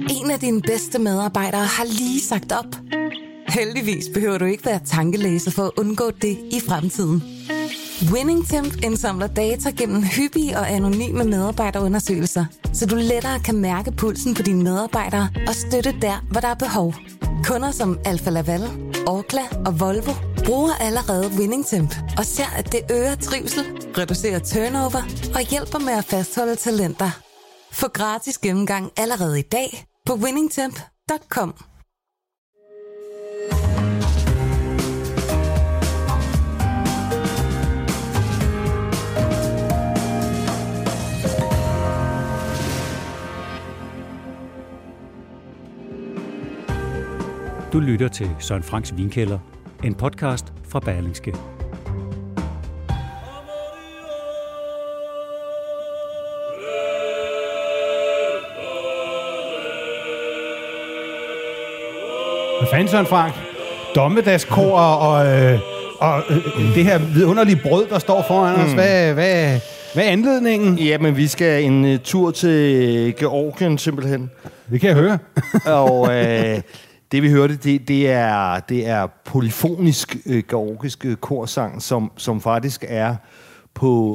En af dine bedste medarbejdere har lige sagt op. Heldigvis behøver du ikke være tankelæser for at undgå det i fremtiden. WinningTemp indsamler data gennem hyppige og anonyme medarbejderundersøgelser, så du lettere kan mærke pulsen på dine medarbejdere og støtte der, hvor der er behov. Kunder som Alfa Laval, Orkla og Volvo bruger allerede WinningTemp og ser, at det øger trivsel, reducerer turnover og hjælper med at fastholde talenter. Få gratis gennemgang allerede i dag på winningtemp.com. Du lytter til Søren Franks Vinkælder, en podcast fra Berlingske. Hvad fanden, Søren Frank? Dommedagskor og det her vidunderlige brød, der står foran os. Hvad er anledningen? Jamen, vi skal en tur til Georgien, simpelthen. Det kan jeg høre. Og det vi hørte, det er polyfonisk georgisk korsang, som faktisk er på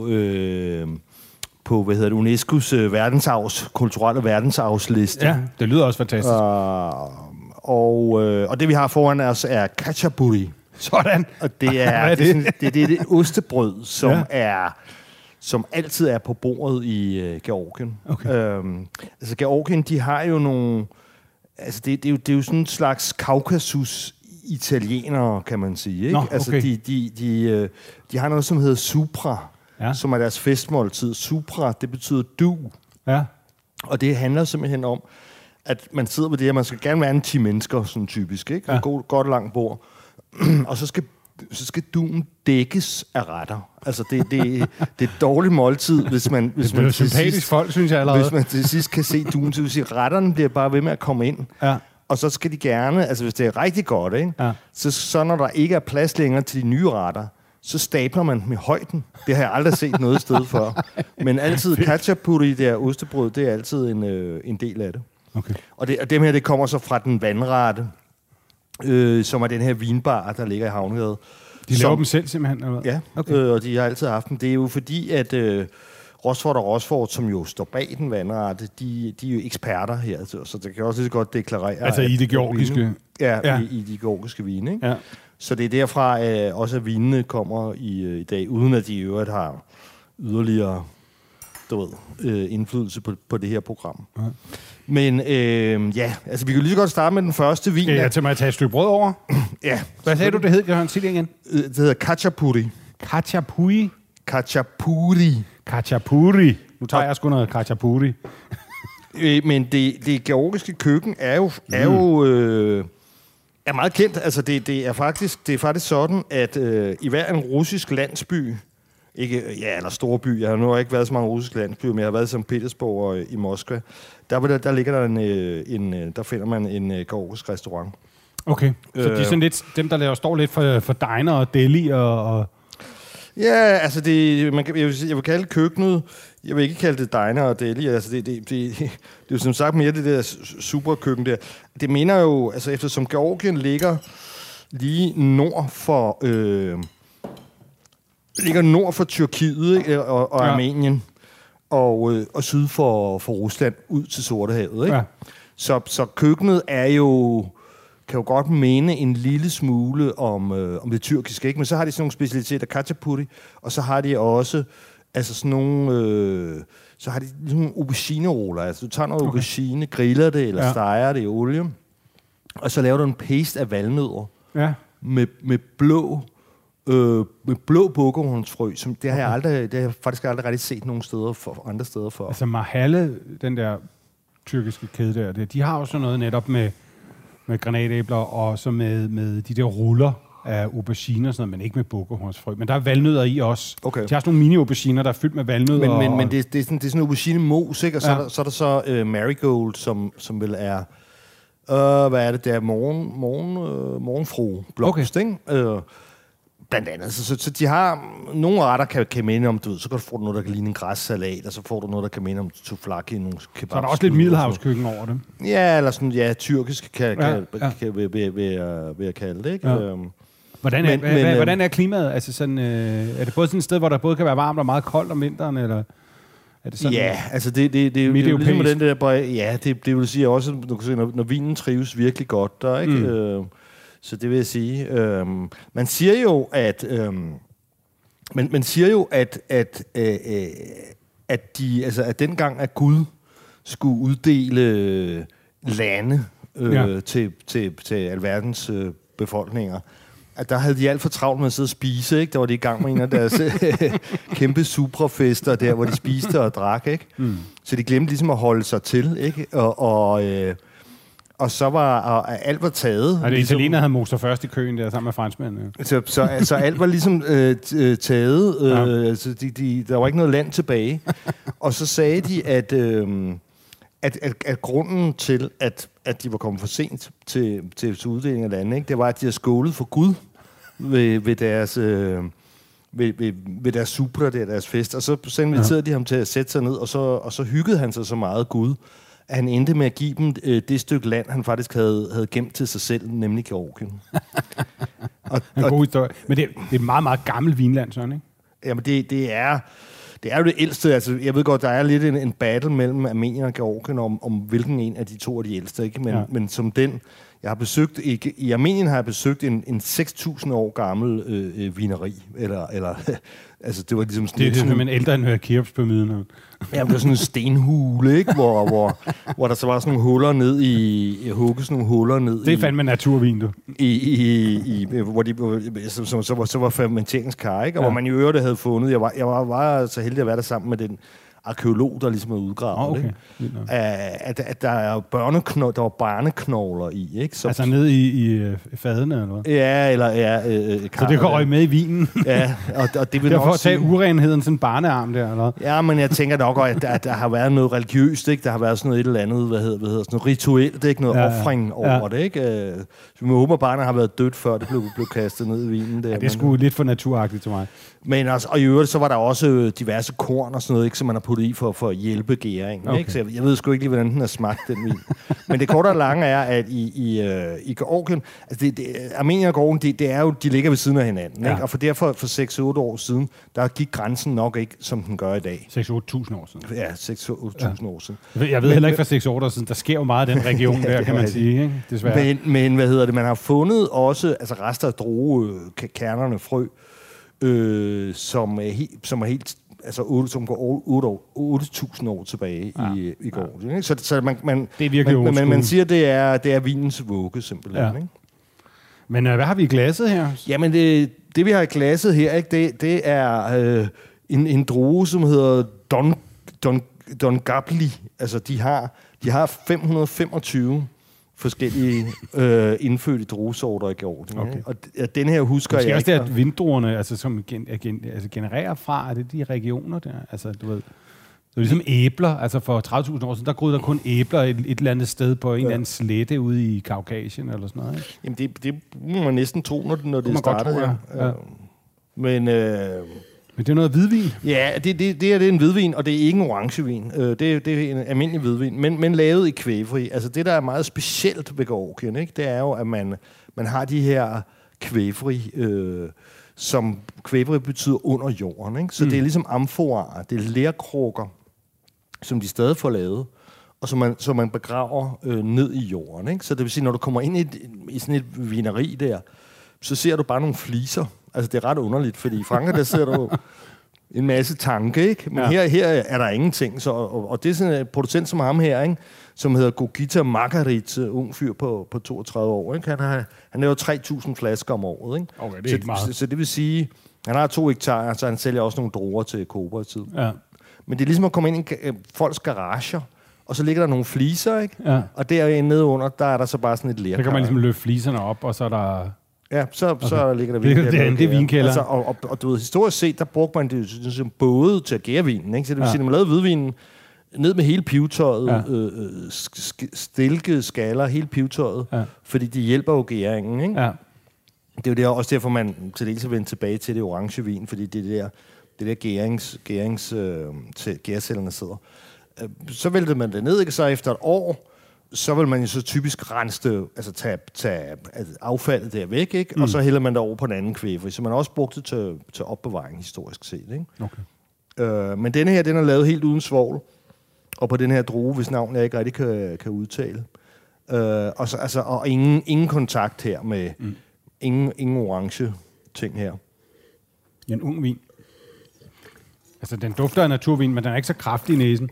UNESCO's kulturelle verdensarvsliste. Ja, det lyder også fantastisk. Og det vi har foran os er khachapuri. Sådan. Og det er det ostebrød, som altid er på bordet i Georgien. Okay. Georgien, de har jo nogle... Altså, det er jo sådan en slags Kaukasus-italienere, kan man sige. Ikke? Nå, okay. Altså, de har noget, som hedder supra, som er deres festmåltid. Supra, det betyder du. Ja. Og det handler simpelthen om, at man sidder ved det her, man skal gerne være en 10 mennesker, sådan typisk, ikke? Ja. Godt langt bord. Og så skal duen dækkes af retter. Altså, det er et dårligt måltid, hvis man sympatisk sidst, folk, synes jeg allerede. Hvis man til sidst kan se duen, så vil sige, retterne bliver bare ved med at komme ind. Ja. Og så skal de gerne, altså hvis det er rigtig godt, ikke? Ja. Så når der ikke er plads længere til de nye retter, så stapler man dem i højden. Det har jeg aldrig set noget sted før. Men altid khachapuri, det er ostebrød, det er altid en del af det. Okay. Og dem her, det kommer så fra den vandrette, som er den her vinbar, der ligger i Havnegade. De laver dem selv simpelthen? Eller? Ja, okay. Og de har altid haft dem. Det er jo fordi, at Rosford og Rosford, som jo står bag den vandrette, de er jo eksperter her, så det kan også lige så godt deklarere... Altså i det georgiske? Ja. I de georgiske vine, ikke? Ja. Så det er derfra også, at vinene kommer i dag, uden at de i øvrigt har yderligere indflydelse på det her program. Ja. Men altså vi kan lige så godt starte med den første vin. Ja, til mig at tage et stykke brød over. Ja. Hvad sagde du, det hed? Kan jeg sige det igen? Det hedder khachapuri. Khachapuri? Khachapuri. Khachapuri. Nu tager jeg sgu noget khachapuri. Men det georgiske køkken er meget kendt. Altså det er faktisk sådan, at i hver en russisk landsby, eller storby, jeg har nu ikke været så mange russiske landsbyer, men jeg har været i St. Petersborg og i Moskva, der ligger der der finder man en georgisk restaurant. Okay, så de er sådan lidt dem, der står lidt for diner og deli og... Ja, altså jeg vil kalde køkkenet, jeg vil ikke kalde det diner og deli, altså det er jo som sagt mere det der superkøkken der. Det mener jo, altså eftersom Georgien ligger lige nord for Tyrkiet, ikke? Og Armenien og syd for Rusland ud til Sortehavet, ikke? Ja. Så køkkenet kan jo godt mene en lille smule om det tyrkiske, ikke? Men så har de sådan nogle specialiteter, khachapuri, og så har de også altså sådan nogle aubergine-roller. Altså du tager noget aubergine, griller det eller steger det i olie, og så laver du en paste af valnødder med blå bukkehornsfrø, som det har jeg faktisk aldrig rigtig set nogen steder andre steder før. Altså Mahalle, den der tyrkiske kæde der, de har jo sådan noget netop med granatæbler og så med de der ruller af auberginer og sådan noget, men ikke med bukkehornsfrø. Men der er valnødder i også. Okay. De har sådan nogle mini-auberginer, der er fyldt med valnødder. Men det er sådan en aubergine-mos, ikke? Og så er der så marigold, som vel er... hvad er det der? Morgenfru blomst, ikke? Blandt andet. Så de har nogle retter, kan minde om, du ved, så kan du få noget, der kan ligne en græssalat, og så får du noget, der kan minde om souvlaki, nogle kebab. Så er der også lidt middelhavskøkken over det. Ja, eller sådan, ja, tyrkisk kan vil jeg kalde det, ikke? Ja. Hvordan er klimaet? Altså sådan, er det både sådan et sted, hvor der både kan være varmt og meget koldt om vinteren, eller er det sådan? Ja, altså det er jo ligesom den der, ja, det vil sige også, du kan se, når vinen trives virkelig godt der, ikke? Så det vil jeg sige. Man siger jo, at dengang at Gud skulle uddele lande til alverdens befolkninger, at der havde de alt for travlt med at sidde og spise, ikke? Der var de i gang med en af deres kæmpe suprafester der, hvor de spiste og drak, ikke? Så de glemte ligesom at holde sig til, ikke? Og så var alt var taget. Og det ligesom, italiener havde moster først i køen der sammen med franskmændene. Så alt var ligesom taget. Altså der var ikke noget land tilbage. Og så sagde de, at grunden til, at de var kommet for sent til uddelingen af landet, ikke, det var, at de havde skålet for Gud ved deres... ved deres supra, deres fest. Og så inviterede de ham til at sætte sig ned, og så hyggede han sig så meget Gud, at han endte med at give dem det stykke land, han faktisk havde gemt til sig selv, nemlig Georgien. En god historie. Men det er et meget, meget gammelt vinland, sådan, ikke? Jamen, det er jo det ældste. Altså, jeg ved godt, der er lidt en battle mellem Armenien og Georgien om hvilken en af de to er de ældste, ikke? Men som den, jeg har besøgt, i Armenien har jeg besøgt en 6.000 år gammel vineri, eller altså det var ligesom sådan... Det er simpelthen ældre end Keopspyramiden. Ja, det var sådan en stenhule, ikke? Hvor der så var sådan nogle huller ned i... hugget sådan nogle huller ned. Det er fandme naturvin, du. Så var fermenteringskar, ikke? Og hvor man i øvrigt havde fundet... Jeg var så heldig at være der sammen med den arkeolog, der ligesom havde udgravet, ikke? At der var barneknogler i, ikke? Altså nede i fadene, eller hvad? Ja, eller... så det kan røge med i vinen? Ja, og det vil nok for at tage urenheden, sådan en barnearm der, eller? Ja, men jeg tænker nok, at der har været noget religiøst, ikke? Der har været sådan noget et eller andet, hvad hedder sådan noget rituelt, ikke? Noget offring over det, ikke? Så vi håber, barnet har været dødt, før det blev kastet ned i vinen. Der, det er sgu lidt for naturagtigt til mig. Men altså, og i øvrigt, så var der også diverse korn og sådan noget, ikke, som man har puttet i for at hjælpe gæringen. Okay. Ikke? Så jeg ved sgu ikke lige, hvordan den har smagt, den vin. Men det korte og lange er, at i Georgien, altså Armenien og Georgien, det er jo, de ligger ved siden af hinanden. Ja. Ikke? Og derfor for 6-8 år siden, der gik grænsen nok ikke, som den gør i dag. 6-8.000 år siden. Ja, 6-8.000 år siden. Jeg ved heller ikke fra 6 år siden, der sker jo meget i den region der, kan man sige. Ikke? Desværre. Men hvad hedder det, man har fundet også altså rester af druekernerne, frø, som er helt altså som går 8.000 år tilbage i Georgien. Ja. Så man siger, det er vinens vugge, simpelthen. Ja. Ikke? Men hvad har vi i glasset her? Jamen, det vi har i glasset her, ikke, det er en drue, som hedder Don Gabli. Altså, de har 525 forskellige indfødte druesorter i Georgien. Okay. Og den her husker jeg også, at vinddruerne, altså, som genererer fra, er det de regioner der? Altså, du ved, det er ligesom æbler. Altså for 30.000 år siden, der groede der kun æbler et eller andet sted på en eller anden slette ude i Kaukasien eller sådan noget. Ikke? Jamen, det må man næsten tro, når det starter. Ja. Men det er noget hvidvin? Ja, det er en hvidvin, og det er ikke en orangevin. Det er en almindelig hvidvin, men lavet i kvæfri. Altså det, der er meget specielt ved Georgien, ikke, det er jo, at man har de her kvæfri, som kvæfri betyder under jorden. Ikke? Så det er ligesom amforaer, det er lerkrukker, som de stadig får lavet, og som man begraver ned i jorden. Ikke? Så det vil sige, når du kommer ind i sådan et vineri der, så ser du bare nogle fliser. Altså, det er ret underligt, fordi i Frankrig, der ser du en masse tanke, ikke? Men her er der ingenting. Så, og det er sådan en producent som ham her, ikke? Som hedder Gogita Margarit, ung fyr på 32 år. Ikke? Han laver 3.000 flasker om året. Ikke? Okay, det er ikke meget. Så det vil sige, han har 2 hektar, så han sælger også nogle druer til kooperativ. Ja. Men det er ligesom at komme ind i folks garager, og så ligger der nogle fliser, ikke? Ja. Og nede under, der er der så bare sådan et lerkar. Så kan man ligesom løfte fliserne op, og så er der... Ja, så ligger der vinkælder. Det er vinkælder. Altså, og du ved, historisk set, der brugte man det som både til at gære vinen, ikke? Så det vil sige, at man lavede hvidvinen ned med hele pivetøjet, stilke, skaller, hele pivetøjet, fordi de hjælper jo gæringen, ikke? Ja. Det er jo også derfor, man til dels er vendt tilbage til det orange vin, fordi det der gærcellerne sidder. Så vælter man det ned, ikke? Så efter et år, så vil man jo så typisk rense det, altså tage affaldet der væk, ikke? Og så hælder man det over på en anden kvæfer. Så man har også brugt det til opbevaring historisk set, ikke? Okay. Men denne her, den er lavet helt uden svovl, og på den her drue, hvis navn jeg ikke rigtig kan udtale. Og ingen kontakt her med ingen orange ting her. En ung vin. Altså, den dufter af naturvin, men den er ikke så kraftig i næsen.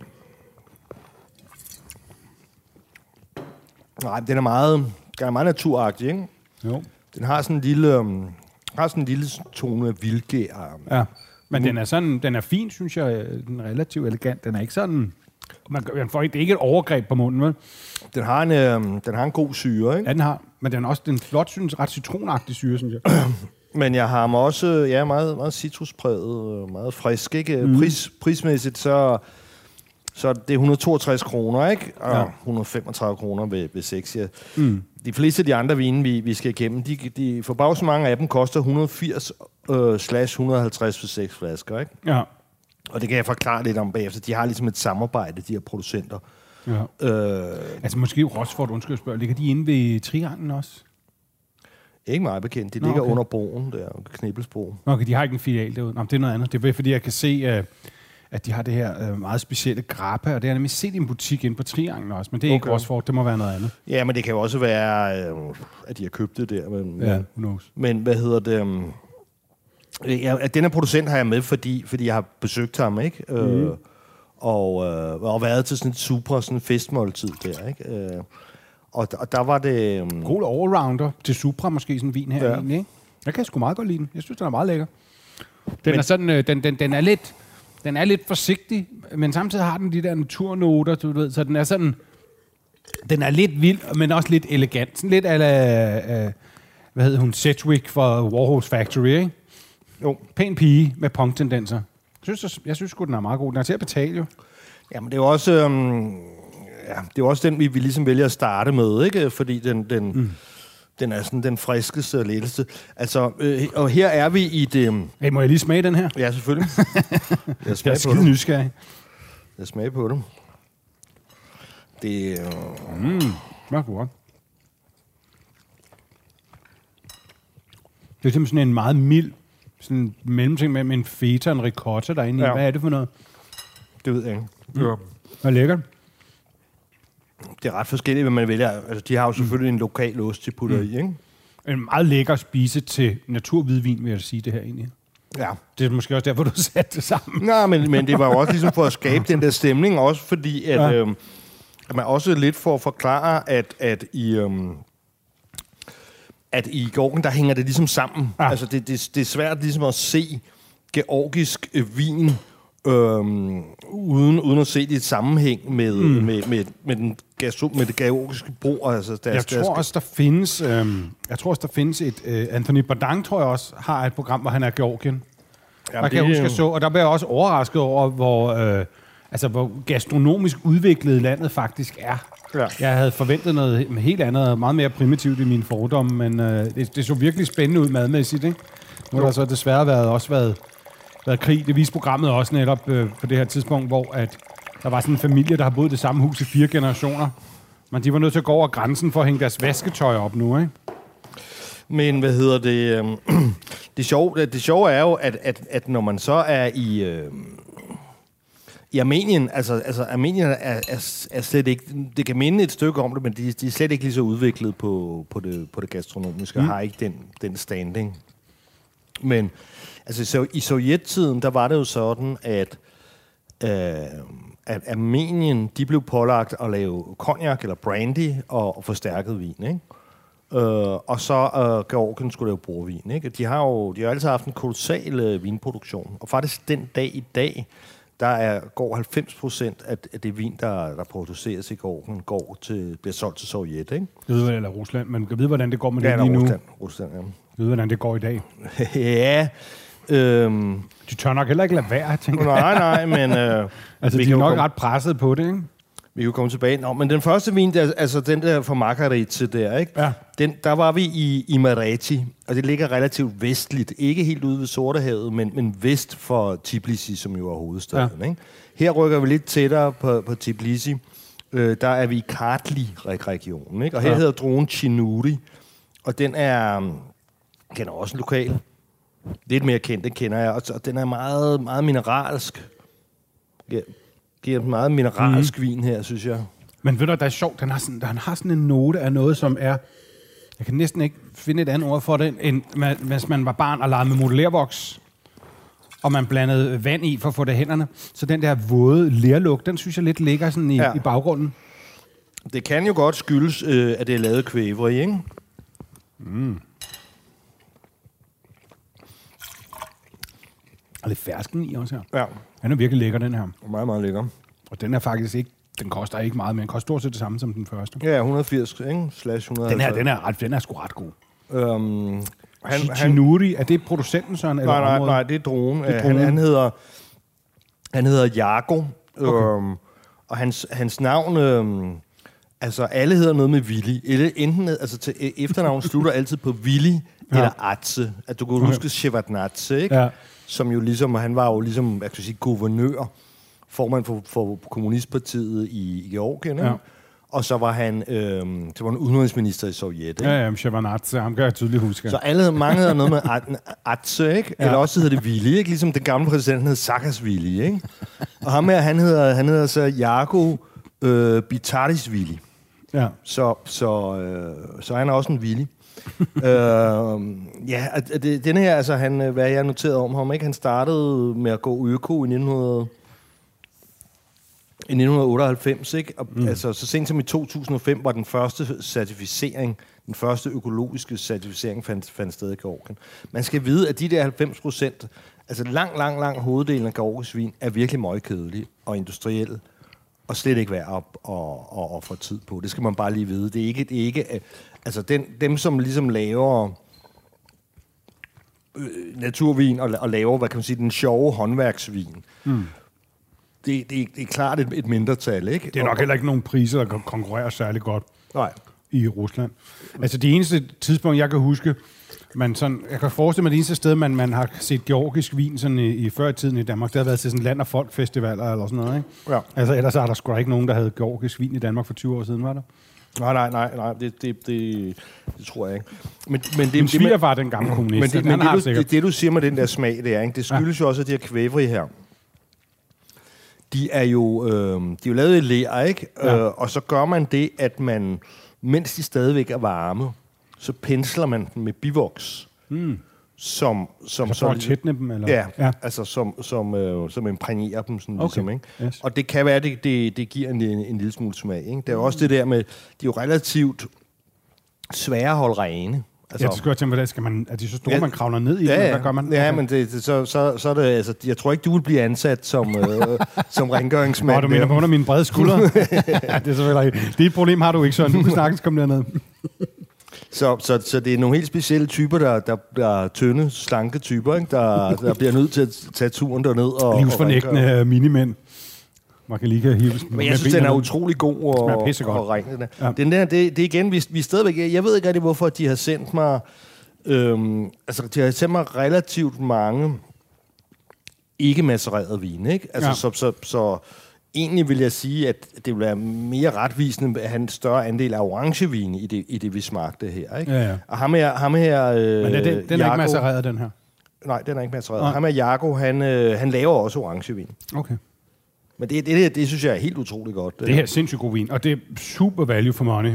Nej, den er meget naturagtig, ikke? Jo. Den har sådan en lille tone af vildgær. Ja, men den er fin, synes jeg. Den er relativt elegant. Den er ikke sådan... Man får ikke, det er ikke et overgreb på munden, vel? Den har en god syre, ikke? Ja, den har. Men den er også den flot, synes ret citronagtig syre, synes jeg. Men jeg har også meget citruspræget, meget frisk, ikke? Prismæssigt, så det er 162 kroner, ikke? Og 135 kroner ved Sexia. De fleste af de andre vine, vi skal igennem, de forbavsende mange af dem koster 180/150 for 6 flasker, ikke? Ja. Og det kan jeg forklare lidt om bagefter. De har ligesom et samarbejde, de her producenter. Ja. Altså måske Rochefort, undskyld spørg, ligger de inde ved Trianglen også? Ikke meget bekendt. De ligger under broen, der Knebelsbro. Okay, de har ikke en filial derude. Nå, det er noget andet. Det er fordi, jeg kan se, at de har det her meget specielle grappa, og det har jeg nemlig set i en butik inde på Trianglen også, men det er ikke Rochefort, det må være noget andet. Ja, men det kan jo også være, at de har købt det der. Men, ja, who knows. Men hvad hedder det... denne producent har jeg med, fordi jeg har besøgt ham, ikke? Og været til sådan et super sådan festmåltid der, ikke? Og der var det... God allrounder til Supra, måske sådan en vin her egentlig, ikke? Jeg kan sgu meget godt lide den. Jeg synes, den er meget lækker. Den er sådan... Den er lidt forsigtig, men samtidig har den de der naturnoter, du ved, så den er sådan... Den er lidt vild, men også lidt elegant. Sådan lidt ala... hvad hedder hun? Sedgwick fra Warhorse Factory, ikke? Jo. Pæn pige med punktendenser. Jeg synes sgu, den er meget god. Den er til at betale, jo. Jamen, det er jo også... det er også den, vi ligesom vælger at starte med, ikke? Fordi den er sådan den friskeste og letteste. Altså, og her er vi i det... Hey, må jeg lige smage den her? Ja, selvfølgelig. Jeg er skide nysgerrig. Jeg smager på det. Det smager godt. Det er simpelthen sådan en meget mild sådan mellemting med en feta og en ricotta derinde i. Hvad er det for noget? Det ved jeg ikke. Ja. Hvad lækkert? Det er ret forskelligt, hvad man vælger. Altså, de har jo selvfølgelig en lokal ost, de putter i, ikke? En meget lækker spise til naturhvidvin, vil jeg sige det her egentlig. Ja. Det er måske også derfor, du satte det sammen. Nej, men det var jo også ligesom for at skabe den der stemning, også fordi, at man også lidt for at forklare, at i Georgien, der hænger det ligesom sammen. Ja. Altså, det er svært ligesom at se georgisk vin, uden at se det i et sammenhæng med det georgiske brug. Altså jeg tror også, der findes et... Anthony Bourdain, tror jeg også, har et program, hvor han er Georgien. Jamen, der kan jeg huske, jeg så, og der blev jeg også overrasket over, hvor gastronomisk udviklet landet faktisk er. Ja. Jeg havde forventet noget helt andet, meget mere primitivt i mine fordomme, men det så virkelig spændende ud madmæssigt, ikke? Nu har der så desværre været krig. Det viste programmet også netop på det her tidspunkt, hvor at der var sådan en familie, der har boet i det samme hus i 4 generationer. Men de var nødt til at gå over grænsen for at hænge deres vasketøj op nu, ikke? Men hvad hedder det? Det sjove er jo, at når man så er i Armenien, altså Armenien er slet ikke... Det kan minde et stykke om det, men de er slet ikke lige så udviklet på det gastronomiske, og har ikke den standing. Men altså så i sovjettiden, der var det jo sådan, at Armenien, de blev pålagt at lave cognac eller brandy og forstærket vin, ikke? Og så Georgien skulle lave bordvin, ikke? De har jo altid haft en kolossal vinproduktion, og faktisk den dag i dag, går 90% af det vin, der produceres i Georgien, bliver solgt til Sovjet, ikke? Eller Rusland, men kan vide, hvordan det går med det lige nu? Rusland, ja. Kan vide, hvordan det går i dag? Ja. De tør nok heller ikke lade være, tænker jeg. Nej, men... altså, de er nok ret presset på det, ikke? Vi kan komme tilbage. Nå, men den første vin, altså den der fra Margaritze der, ikke? Ja. Der var vi i Mareti, og det ligger relativt vestligt. Ikke helt ude ved Sortehavet, men vest for Tbilisi, som jo er hovedstaden. Ja. Ikke? Her rykker vi lidt tættere på Tbilisi. Der er vi i Kartli-regionen, ikke? Og her hedder druen Chinuri, og den er også lokal. Lidt mere kendt, det kender jeg. Og den er meget, meget mineralsk. Giver en meget mineralsk vin her, synes jeg. Men ved du, der er sjovt, den har sådan en note af noget, som er... Jeg kan næsten ikke finde et andet ord for det, end hvis man var barn og legede med modellervoks, og man blandede vand i for at få det i hænderne. Så den der våde lerlugt, den synes jeg lidt ligger sådan i baggrunden. Det kan jo godt skyldes, at det er lavet kvæver i, ikke? Og lidt fersken i også her. Ja. Den er virkelig lækker, den her. Meget, meget lækker. Og den er faktisk ikke... Den koster ikke meget, men den koster stort set det samme som den første. Ja, 180, ikke? Slash 150. Den er sgu ret god. Chinuri, er det producenten, Søren? Nej, det er druen. Han hedder Jago. Okay. Og hans navn... altså, alle hedder noget med Willy. Altså, til efternavn slutter altid på Willy eller Atze. At du kan huske Shevardnadze, ikke? Ja. Som jo ligesom... Han var jo ligesom, jeg kan sige, guvernør, formand for kommunistpartiet i Georgien. Ja. Og så var han en udenrigsminister i Sovjet. Ikke? Ja, Shevardnadze, ham kan jeg tydeligt huske. Så mange havde noget med Atze, ikke? Ja. Eller også hedder det Willy, ikke? Ligesom den gamle præsident hed Saakashvili, ikke? Og ham her, han hedder så Jago Bitarisvili. Ja. Så han er også en Willy. Den her, altså, hvad jeg noteret om ham, ikke? Han startede med at gå øko i 1998, ikke? Og, altså, så sent som i 2005 var den første certificering, den første økologiske certificering fandt sted i Georgien. Man skal vide, at de der 90%, altså lang hoveddelen af Georgisk vin, er virkelig møgkedelig og industriel, og slet ikke værd at få tid på. Det skal man bare lige vide. Det er ikke altså dem, som ligesom laver naturvin og laver, hvad kan man sige, den sjove håndværksvin, det er klart et mindretal, ikke? Det er nok heller ikke nogen priser, der kan konkurrere særlig godt i Rusland. Altså det eneste tidspunkt, jeg kan huske, jeg kan forestille mig, det eneste sted, man har set georgisk vin sådan i før i tiden i Danmark, det har været til sådan land- og folk-festivaler eller sådan noget, ikke? Ja. Altså ellers har der sgu da ikke nogen, der havde georgisk vin i Danmark for 20 år siden, var der? Nej, det tror jeg ikke. Men min svigerfar, den gamle kommunist. Men det du siger med den der smag, det er, ikke? Det skyldes jo også, at de her kvævre her, de er jo lavet i ler, ikke? Ja. Og så gør man det, at man, mens de stadigvæk er varme, så pensler man dem med bivoks, som for at tætne dem, eller? Ja. Altså som imprægnerer dem, sådan ligesom, ikke? Yes. Og det kan være, det giver en lille smule smag, ikke? Det er jo også det der med, de er jo relativt svære at holde rene. Altså, det skal jeg tænke, er de så store, man kravler ned i? Hvad gør man? Ja, men så er det, altså, jeg tror ikke, du vil blive ansat som rengøringsmand. Du mener på under mine brede skuldre? Ja, det er selvfølgelig. Det problem har du ikke, Søren. Du kan snakkes komme derned. Så det er nogle helt specielle typer, der er tynde, slanke typer, ikke? Der bliver nødt til at tage turen derned. Og livsfornægtende minimænd. Man kan lige hives. Men jeg synes, den er utrolig god og ren. Ja. Den der, det er igen, vi stadigvæk... Jeg ved ikke rigtig, hvorfor de har sendt mig... de har sendt mig relativt mange ikke macererede vine, ikke? Altså, så egentlig vil jeg sige, at det vil være mere retvisende at have en større andel af orangevine i det vi smagte her, ikke? Ja. Og ham her... Men den er ikke macereret, den her? Nej, den er ikke macereret. Ham her, Jago, han laver også orangevin. Okay. Men det synes jeg er helt utroligt godt. Det her er sindssygt god vin, og det er super value for money.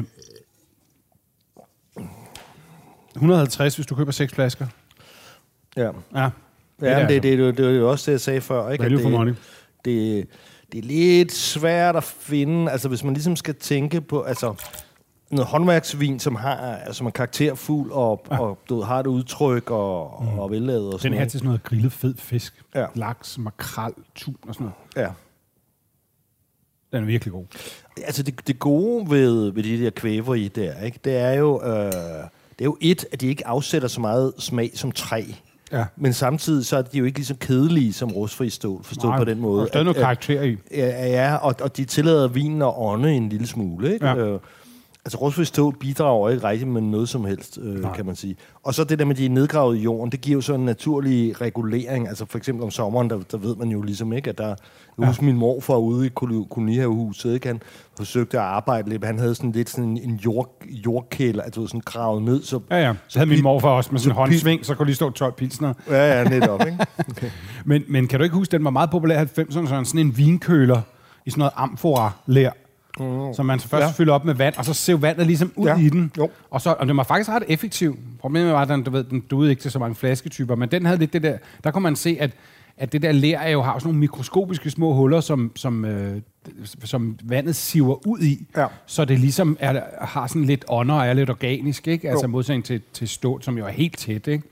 150, hvis du køber 6 flasker. Ja. Ja, det er jo også det, jeg sagde før, ikke? Value for money. Det er lidt svært at finde, altså hvis man ligesom skal tænke på, altså noget håndværksvin, som er karakterfuld og har et udtryk og vellavet og sådan. Den her til sådan noget grillet fed fisk. Ja. Laks, makrel, tun og sådan noget. Ja. Den er virkelig god. Altså det gode ved de der kvæver i der, ikke? Det er jo at de ikke afsætter så meget smag som træ. Ja. Men samtidig så er de jo ikke lige så kedelige som rustfri stål, forstået på den måde. Der er stadig noget karakter i. Ja, og de tillader vinen at ånde en lille smule, ikke? Ja. Altså rustfri stål bidrager ikke rigtig med noget som helst, kan man sige. Og så det der med de nedgravet i jorden, det giver jo så en naturlig regulering. Altså for eksempel om sommeren, der ved man jo ligesom ikke, at der... Jeg husker min morfar ude i kolonihavehuset, ikke? Han forsøgte at arbejde lidt. Han havde sådan lidt sådan en jordkælder, altså sådan gravet ned. Så havde min morfar også med sådan en håndsving, så kunne lige stå 12 pilsner. Ja, netop, ikke? Okay. men kan du ikke huske, den var meget populær i 90'erne, sådan en vinkøler i sådan noget amfora-ler, som man så først fylder op med vand, og så ser vandet ligesom ud i den. Og det var faktisk ret effektiv. Problemet var, at den duede ikke til så mange flasketyper, men den havde lidt det der... Der kunne man se, at det der ler jo har sådan nogle mikroskopiske små huller, som vandet siver ud i, så det ligesom har sådan lidt ånder og er lidt organisk, ikke? Altså modsætning til stål, som jo er helt tæt, ikke?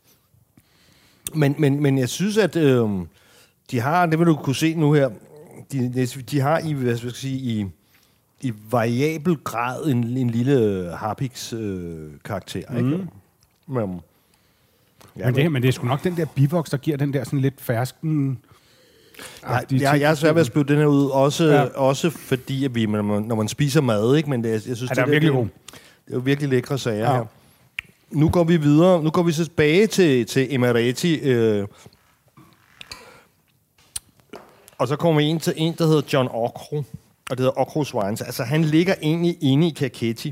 Men jeg synes, at de har, det vil du kunne se nu her, de har i, hvad skal jeg sige, i variabel grad en lille harpiks-karakter, ikke? Men det er sgu nok den der bivoks, der giver den der sådan lidt fersken... Jeg er svært ved at spille den her ud, også fordi, at når man spiser mad, ikke? Men jeg synes, det er virkelig god. Det er jo virkelig lækre sager her. Nu går vi videre. Nu går vi så tilbage til Emeriti. Og så kommer vi ind til en, der hedder John Okro. Og det hedder Okro's Wines. Altså, han ligger egentlig inde i Kakheti.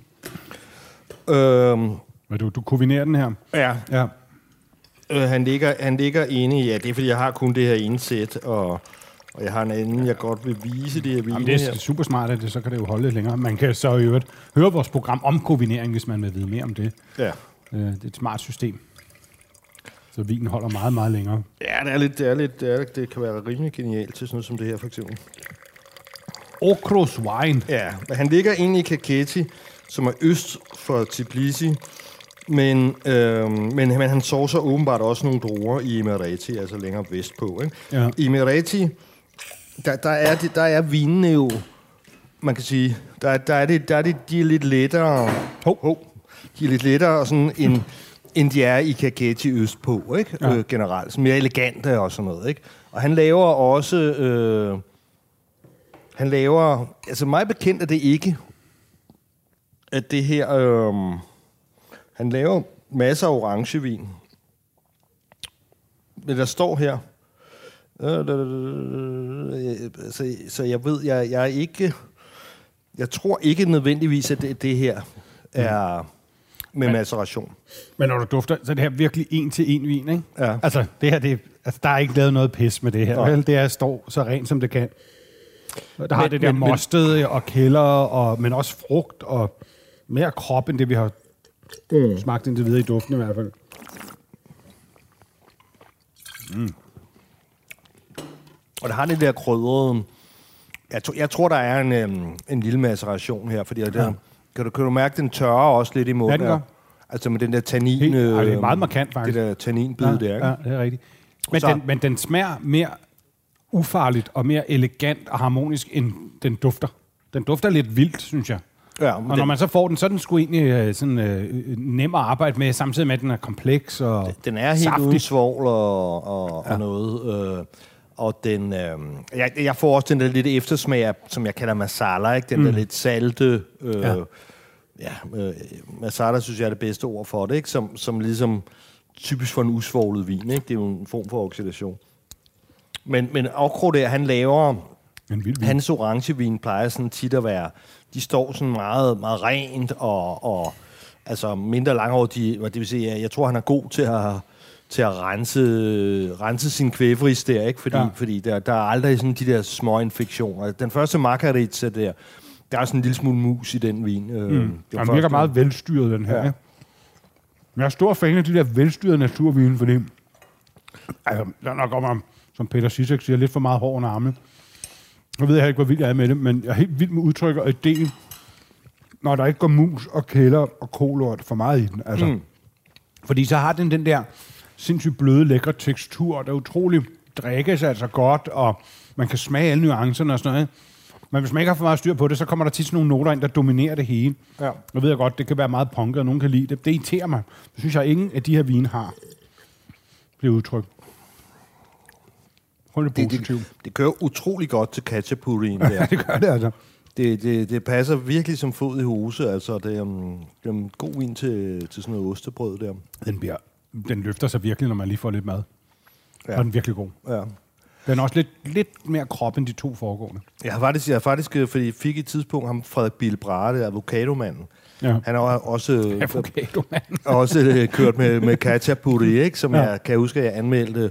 Du kombinerer den her? Ja. Han ligger inde i... Ja, det er, fordi jeg har kun det her ene sæt, og jeg har en anden, jeg godt vil vise det her vine. Jamen, det er super smart, at så kan det jo holde lidt længere. Man kan så i øvrigt høre vores program om kombinering, hvis man vil vide mere om det. Ja. Det er et smart system. Så vinen holder meget, meget længere. Ja, det kan være rimelig genialt til sådan noget som det her, for eksempel. Okro's Wine. Ja, han ligger inde i Kakheti, som er øst for Tbilisi, men han sourcer åbenbart også nogle druer i Emeriti, altså længere vestpå. Ikke? Ja. I Emeriti, der er vinene jo, man kan sige, de er lidt lettere. De er lidt lettere og sådan end de er i Kakheti østpå, ikke? Ja. Generelt. Så mere elegante og sådan noget, ikke? Og han laver også... altså mig bekendt er det ikke, at det her... han laver masser af orangevin. Men der står her... så jeg ved, jeg er ikke... Jeg tror ikke nødvendigvis, at det her er med maceration. Men når du dufter, så er det her virkelig en til en vin, ikke? Ja. Altså, det her, der er ikke lavet noget pis med det her. Vel? Det står så rent, som det kan. Der har det der mostede og kælder, men også frugt og mere krop, end det vi har smagt indtil videre i duften i hvert fald. Og der har det der krydrede... Jeg tror, der er en lille maceration her, fordi kan du mærke, den tørrer også lidt i munden? Ja, altså med den der tannin... det er meget markant, faktisk. Det der tanninbid der, ikke? Ja, det er rigtigt. Men den smager mere ufarligt og mere elegant og harmonisk, end den dufter. Den dufter lidt vildt, synes jeg. Ja, og når man så får den, så er den sgu egentlig sådan nem at arbejde med, samtidig med, at den er kompleks og den er helt saftig. Uden svovl og noget... Og den, jeg får også den der lidt eftersmag, som jeg kalder masala, ikke? Den der lidt salte... masala synes jeg er det bedste ord for det, ikke? Som ligesom typisk for en usvoglet vin, ikke? Det er jo en form for oxidation. Men Okro der, han laver... Hans orangevin plejer sådan tit at være... De står sådan meget, meget rent og altså mindre langhårige. Det vil sige, jeg tror, han er god til at rense sin kvæfris der, ikke? Fordi der er aldrig sådan de der små infektioner. Den første Margaritza der er sådan en lille smule mus i den vin. Den virker meget velstyret, den her. Ja. Men jeg er stor fan af de der velstyrede naturvine, fordi der er nok om, som Peter Sisek siger, lidt for meget hår under armene. Jeg ved ikke, hvor vild jeg er med det, men jeg er helt vild med udtryk og ideen, når der ikke går mus og kælder og kolort for meget i den. Altså. Fordi så har den der sindssygt bløde, lækre tekstur, der utrolig drikkes altså godt, og man kan smage alle nuancerne og sådan noget. Men hvis man ikke har for meget styr på det, så kommer der tit sådan nogle noter ind, der dominerer det hele. Ja. Jeg ved godt, det kan være meget punket, og nogen kan lide det. Det irriterer mig. Det synes jeg, ingen af de her vine har. bliver udtrykt. Det kører utrolig godt til ketchup-pureen der. Ja, det gør det altså. Det passer virkelig som fod i hose. Altså, det er en god vin til sådan noget ostebrød der. Den løfter sig virkelig, når man lige får lidt mad. Ja. Og den er virkelig god. Ja. Den er også lidt mere krop end de 2 foregående. Jeg har faktisk fordi jeg fik et tidspunkt ham Frederik Bilbrade, avocadomanden. Ja. Han har også kørt med ketchup-puré, ikke? Som jeg kan huske, at jeg anmeldte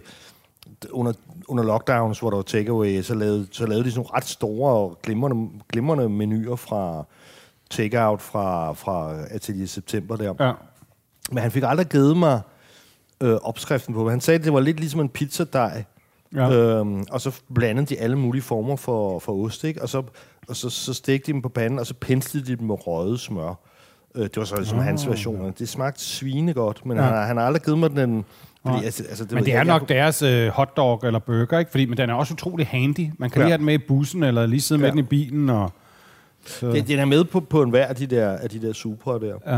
under lockdowns, hvor der var takeaway, så lavede de sådan nogle ret store og glimrende menuer fra takeout fra Atelier September der. Ja. Men han fik aldrig givet mig opskriften på. Han sagde, at det var lidt ligesom en pizzadej. Ja. Og så blandede de alle mulige former for ost, ikke? Og så stegte de dem på panden, og så penslede de dem med røget smør. Det var så ligesom hans version. Ja. Det smagte svinegodt, men han har aldrig givet mig den. Fordi, men det er nok deres hotdog eller burger, ikke? Men den er også utrolig handy. Man kan lige have den med i bussen, eller lige sidde med den i bilen. Og, den er med på en hver af de der supre der. Ja.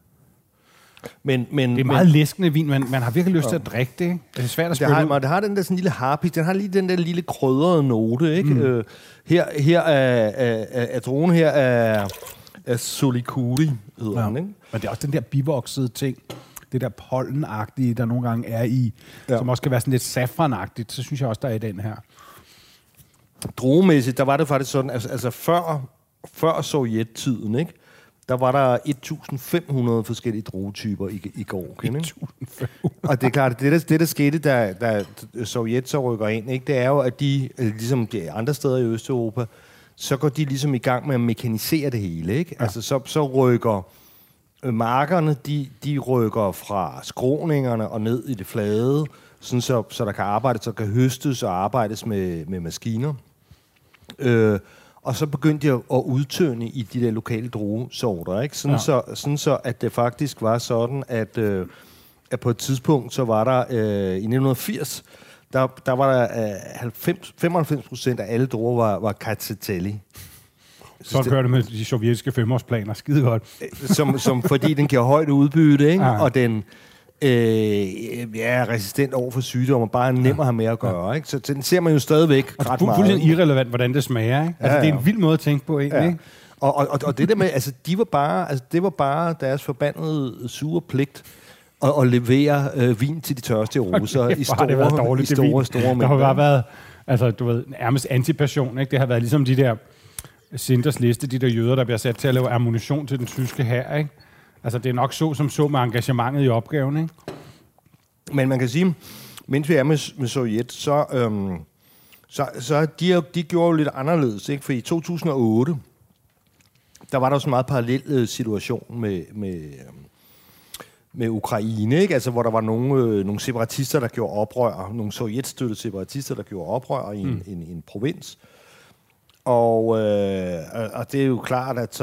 Men, det er meget læskende vin, man har virkelig lyst til at drikke det, ikke? Det er svært at spille det har den der sådan lille harpik, den har lige den der lille krydrede note, ikke? Her er dronen her er Solicuri, hedder den, ikke? Men det er også den der bivoksede ting, det der pollenagtige, der nogle gange er i, som også kan være sådan lidt safranagtigt, så synes jeg også, der er i den her. Druemæssigt, der var det faktisk sådan, altså før sovjettiden, ikke? Der var der 1.500 forskellige druetyper i går. 1.500. Og det er klart, det der skete, da Sovjet så rykker ind, ikke, det er jo, at de, ligesom de andre steder i Østeuropa, så går de ligesom i gang med at mekanisere det hele. Ikke? Ja. Altså så rykker markerne, de rykker fra skråningerne og ned i det flade, sådan så der kan arbejdes, så kan høstes og arbejdes med maskiner. Og så begyndte jeg at udtønde i de der lokale druesorter, ikke? Sådan så, at det faktisk var sådan, at på et tidspunkt, så var der i 1980, der var der 95% af alle druer var Cacciatelli. Så kører det med de sovjetiske 5-årsplaner, skide godt. Som fordi den giver højt udbytte, ikke? Ja. Og den er resistent over for sygdom, og bare nem at have med at gøre. Ikke? Så den ser man jo stadigvæk ret meget. Og det er fuldstændig irrelevant, hvordan det smager. Ikke? Altså, det er en vild måde at tænke på, egentlig. Ikke? Og det der med, altså, det var bare deres forbandede sure pligt at levere vin til de tørste roser i store mængder. Der har bare været, altså, du ved, nærmest antipassion. Ikke? Det har været ligesom de der Sinders liste, de der jøder, der bliver sat til at lave ammunition til den tyske hær, ikke? Altså, det er nok så med engagementet i opgaven, ikke? Men man kan sige, mens vi er med Sovjet, så de gjorde jo lidt anderledes, ikke? For i 2008, der var der også en meget parallel situation med Ukraine, ikke? Altså, hvor der var nogle separatister, der gjorde oprør, nogle sovjetstøttede separatister, der gjorde oprør i en provins. Og det er jo klart, at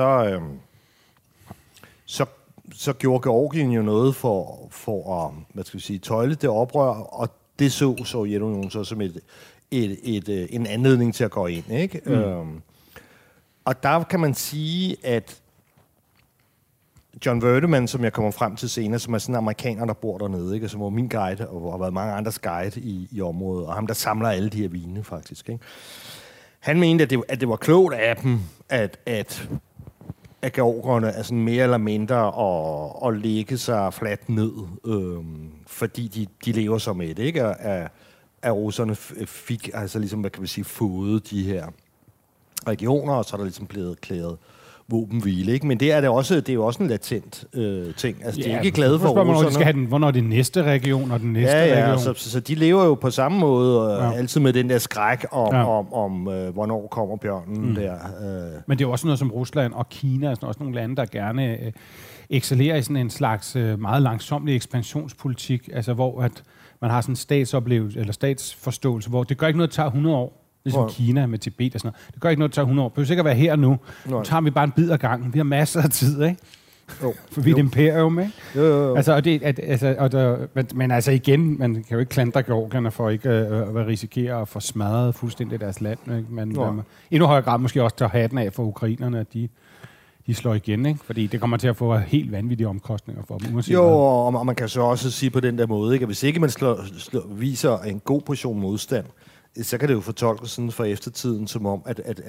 så gjorde Georgien jo noget for at, hvad skal vi sige, tøjle det oprør, og det så Sovjetunionen så som en anledning til at gå ind, ikke? Og der kan man sige, at John Verdeman, som jeg kommer frem til senere, som er sådan en amerikaner, der bor dernede, ikke? Som var min guide, og har været mange andres guide i området, og ham, der samler alle de her vine, faktisk, ikke? Han mente, at det var klogt af dem, at georgerne er sådan mere eller mindre at lægge sig fladt ned, fordi de lever som et, ikke? At russerne fik altså ligesom, hvad kan man sige, fået de her regioner, og så er der ligesom blevet erklæret våbenhvile, ikke? Men det er jo også en latent ting. Altså, de er ikke glade for russerne. Hvornår er det næste region, og den næste region? Så de lever jo på samme måde, altid med den der skræk om hvornår kommer bjørnen der. Men det er jo også noget som Rusland og Kina, altså også nogle lande, der gerne excellerer i sådan en slags meget langsomlig ekspansionspolitik, altså hvor at man har sådan en statsoplevelse, eller statsforståelse, hvor det gør ikke noget, at det tager 100 år. Ligesom Kina med Tibet og sådan noget. Det gør ikke noget, at det tager 100 år. Det behøver sikkert være her nu. Nu tager vi bare en bid ad gangen. Vi har masser af tid, ikke? For vi er et imperium, ikke? Jo. Altså, men altså igen, man kan jo ikke klandre georgierne for ikke at risikere at få smadret fuldstændig deres land, ikke? Men endnu højere grad måske også tage hatten af for ukrainerne, at de slår igen, ikke? Fordi det kommer til at få helt vanvittige omkostninger for dem. Jo, og man kan så også sige på den der måde, ikke? At hvis ikke man viser en god portion modstand, så kan det jo fortolkes sådan for eftertiden, som om,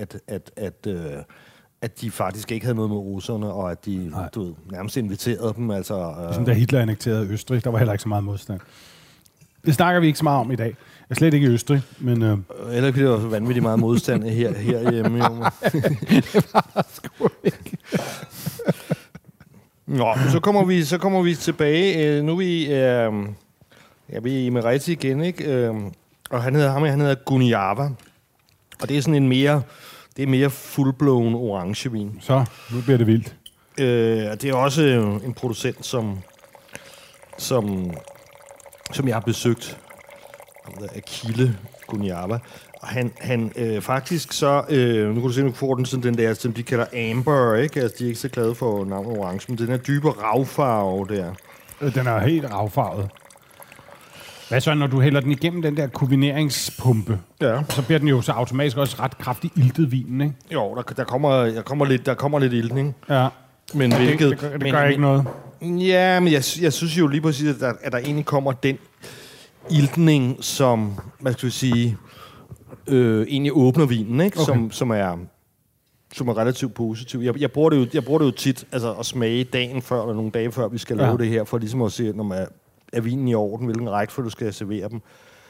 at de faktisk ikke havde noget med russerne, og at de nærmest inviterede dem. Altså, ligesom da Hitler annekterede Østrig, der var heller ikke så meget modstand. Det snakker vi ikke så meget om i dag. Jeg er slet ikke i Østrig, men... Heller ikke, det var vanvittigt meget modstand herhjemme. Det var sgu ikke. Nå, så kommer vi tilbage. Nu er vi i Mereti igen, ikke? Og han hedder Guniava. Og det er sådan en mere full-blown orangevin. Så, nu bliver det vildt. Det er også en producent, som jeg har besøgt. Achille Guniava. Og han faktisk så... nu kan du se, nu får den sådan den der, som de kalder amber, ikke? Altså, de er ikke så glade for navnet orange, men den er dybe ravfarve der. Den er helt ravfarvet. Hvad så, når du hælder den igennem den der kubineringspumpe? Ja. Så bliver den jo så automatisk også ret kraftigt iltet, vinen, ikke? Jo, der kommer lidt iltning. Ja. Men det gør ikke noget. Ja, men jeg synes jo lige præcis, at der egentlig kommer den iltning, som, hvad skal vi sige, egentlig åbner vinen, ikke? Okay. Som er relativt positiv. Jeg bruger det jo tit, altså at smage dagen før, eller nogle dage før, vi skal lave det her, for ligesom at se, når man er vinen i orden, hvilken rækkefølge du skal servere dem.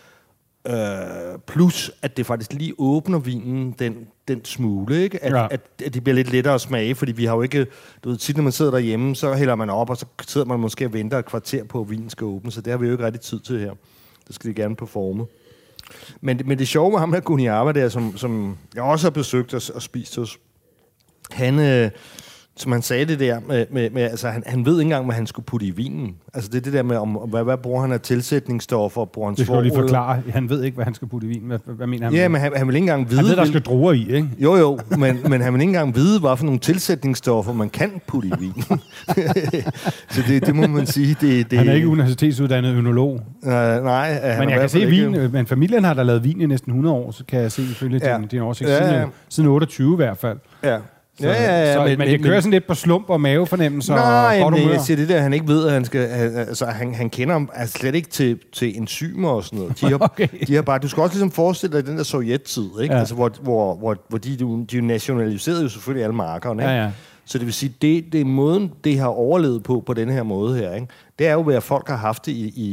Plus, at det faktisk lige åbner vinen den smule, ikke? At det bliver lidt lettere at smage, fordi vi har jo ikke... Du ved, tit når man sidder derhjemme, så hælder man op, og så sidder man måske og venter et kvarter på, at vinen skal åbne, så det har vi jo ikke rigtig tid til her. Det skal de gerne performe. Men det sjove med ham her, Guniava, der, som jeg også har besøgt og spist hos, han... som han sagde det der med altså han ved ikke engang, hvad han skulle putte i vinen. Altså det er det der med, hvad bruger han af tilsætningsstoffer, bruger han det skal du lige forklare. Han ved ikke, hvad han skal putte i vinen. Hvad mener han? Ja, men han vil ikke engang vide... Han ved, der skal druer i, ikke? Jo, men han vil ikke engang vide, hvad for nogle tilsætningsstoffer, man kan putte i vinen. Så det må man sige. Han er ikke universitetsuddannet ønolog. Nej. Men jeg kan se vin, men familien har da lavet vin i næsten 100 år, så kan jeg se ifølge din oversigt. Siden 28 i hvert fald. Ja. Men det kører sådan lidt på slump og mavefornemmelser. Nej, og men jeg siger det der, han ikke ved, at han skal... Altså, han kender altså slet ikke til enzymer og sådan noget. De har bare... Du skal også ligesom forestille dig den der sovjettid, ikke? Ja. Altså, hvor de nationaliserede jo selvfølgelig alle markerne, ikke? Ja. Så det vil sige, det er måden, det har overlevet på den her måde her, ikke? Det er jo, hvad folk har haft det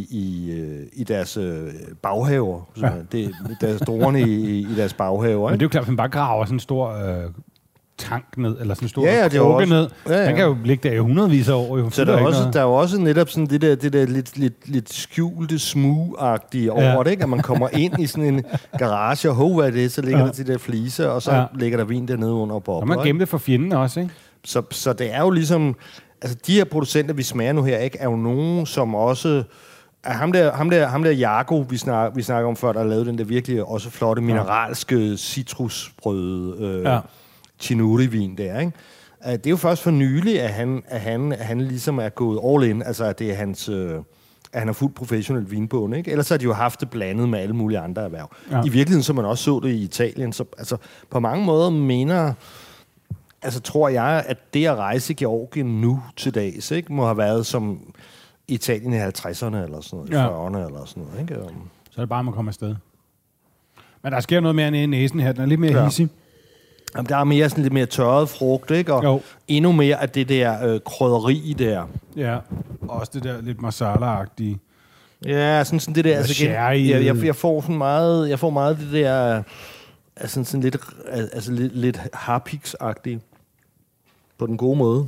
i deres baghaver. Ja. Deres druerne i deres baghaver, ikke? Men det er jo klart, at man bare graver sådan en stor... tank ned, eller sådan en stor krukke ned. Ja. Den kan jo ligge der i hundredvis af år. Så der er jo også netop sådan det der lidt skjulte, smug-agtige over det, ikke? At man kommer ind i sådan en garage, og hvad er det? Så ligger der de der fliser, og så ligger der vin dernede under og bobler. Og man gemmer det for fjenden også, ikke? Så det er jo ligesom... Altså, de her producenter, vi smager nu her, ikke, er jo nogen, som også... Ham der Jago, vi snakker om før, der har lavet den der virkelig også flotte mineralske citrusbrøde... Chinuri-vin der, ikke? Det er jo først for nylig, at han ligesom er gået all in, altså at det er hans... at han er fuldt professionel vinbånd, ikke? Ellers har de jo haft det blandet med alle mulige andre erhverv. Ja. I virkeligheden, som man også så det i Italien, så altså, på mange måder tror jeg, at det at rejse i Georgien nu til dags, ikke, må have været som Italien i 50'erne eller sådan noget, i 40'erne eller sådan noget, ikke? Så er det bare, at man kommer afsted. Men der sker noget mere i næsen her, den er lidt mere hissig. Jamen, der er mere sådan lidt mere tørret frugt, ikke? Og endnu mere af det der krydderi der. Ja, og også det der lidt masala-agtige. Ja, sådan det der. Altså, jeg får sådan meget. Jeg får meget det der. Altså sådan lidt harpiks-agtige. På den gode måde.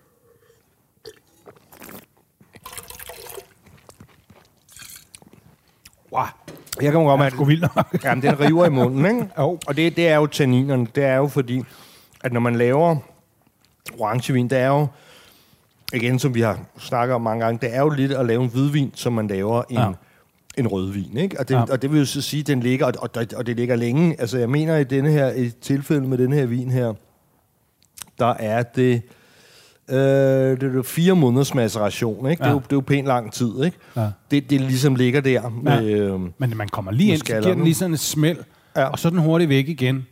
Wow. Jeg kan godt mærke, vildt nok. Jamen, den river i munden, ikke? Og det er jo tanninerne. Det er jo fordi, at når man laver orangevin, det er jo, igen, som vi har snakket om mange gange, det er jo lidt at lave en hvidvin, som man laver en rødvin, ikke? Og det vil jo så sige, at den ligger, og det ligger længe. Altså, jeg mener, i tilfælde med den her vin her, der er det... det er jo 4 måneders maceration, ikke? Det er jo pænt lang tid, ikke? Ja. Det ligesom ligger der. Men man kommer lige ind, så giver den lige sådan et smæld, og så er den hurtigt væk igen. Ja.